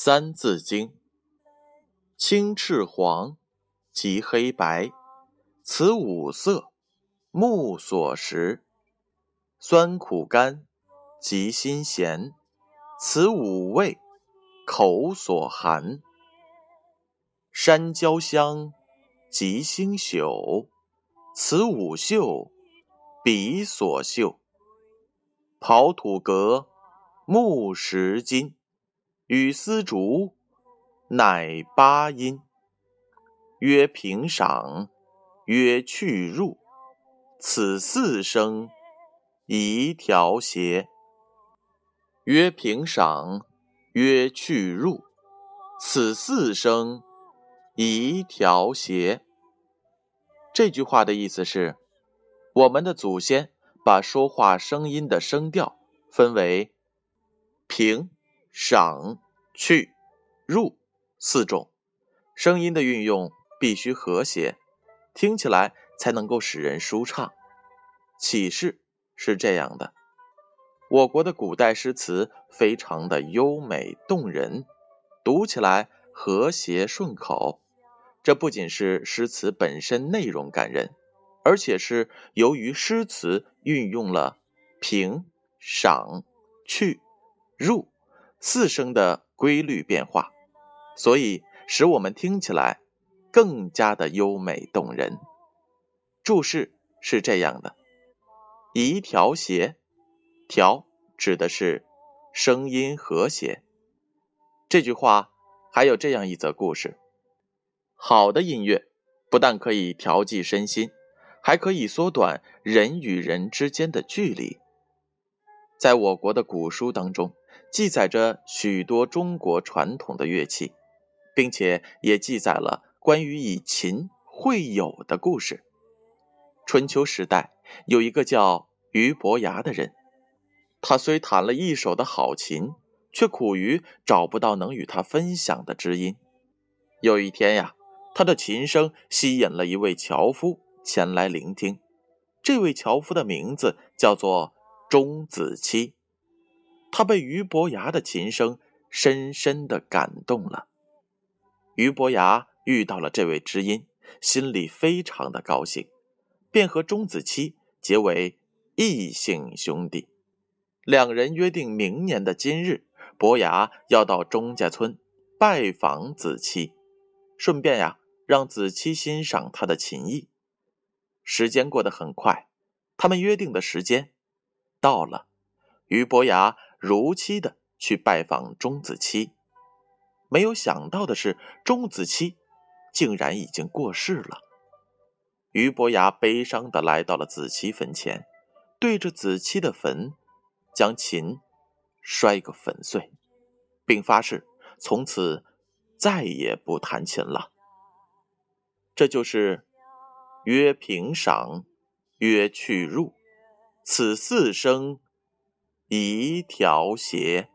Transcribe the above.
三字经：青赤黄，及黑白，此五色，目所识。酸苦甘，及辛咸，此五味，口所含。山椒香，及星宿，此五嗅，鼻所嗅。刨土革，木石金，与丝竹，乃八音。曰平赏，曰去入，此四声，宜调谐。曰平赏，曰去入，此四声，宜调谐。这句话的意思是，我们的祖先把说话声音的声调分为平、赏、去、入四种，声音的运用必须和谐，听起来才能够使人舒畅。启示是这样的：我国的古代诗词非常的优美动人，读起来和谐顺口。这不仅是诗词本身内容感人，而且是由于诗词运用了平、赏、去、入四声的规律变化，所以使我们听起来更加的优美动人。注释是这样的：宜调谐，调指的是声音和谐。这句话还有这样一则故事：好的音乐不但可以调剂身心，还可以缩短人与人之间的距离。在我国的古书当中，记载着许多中国传统的乐器，并且也记载了关于以琴会友的故事。春秋时代，有一个叫俞伯牙的人，他虽弹了一手的好琴，却苦于找不到能与他分享的知音。有一天呀，他的琴声吸引了一位樵夫前来聆听。这位樵夫的名字叫做钟子期，他被俞伯牙的琴声深深地感动了。俞伯牙遇到了这位知音，心里非常的高兴，便和钟子期结为异姓兄弟。两人约定明年的今日，伯牙要到钟家村拜访子期，顺便让子期欣赏他的琴艺。时间过得很快，他们约定的时间到了，俞伯牙如期的去拜访钟子期。没有想到的是，钟子期竟然已经过世了。俞伯牙悲伤地来到了子期坟前，对着子期的坟将琴摔个粉碎，并发誓从此再也不弹琴了。这就是曰平赏，曰去入，此四声，宜调谐。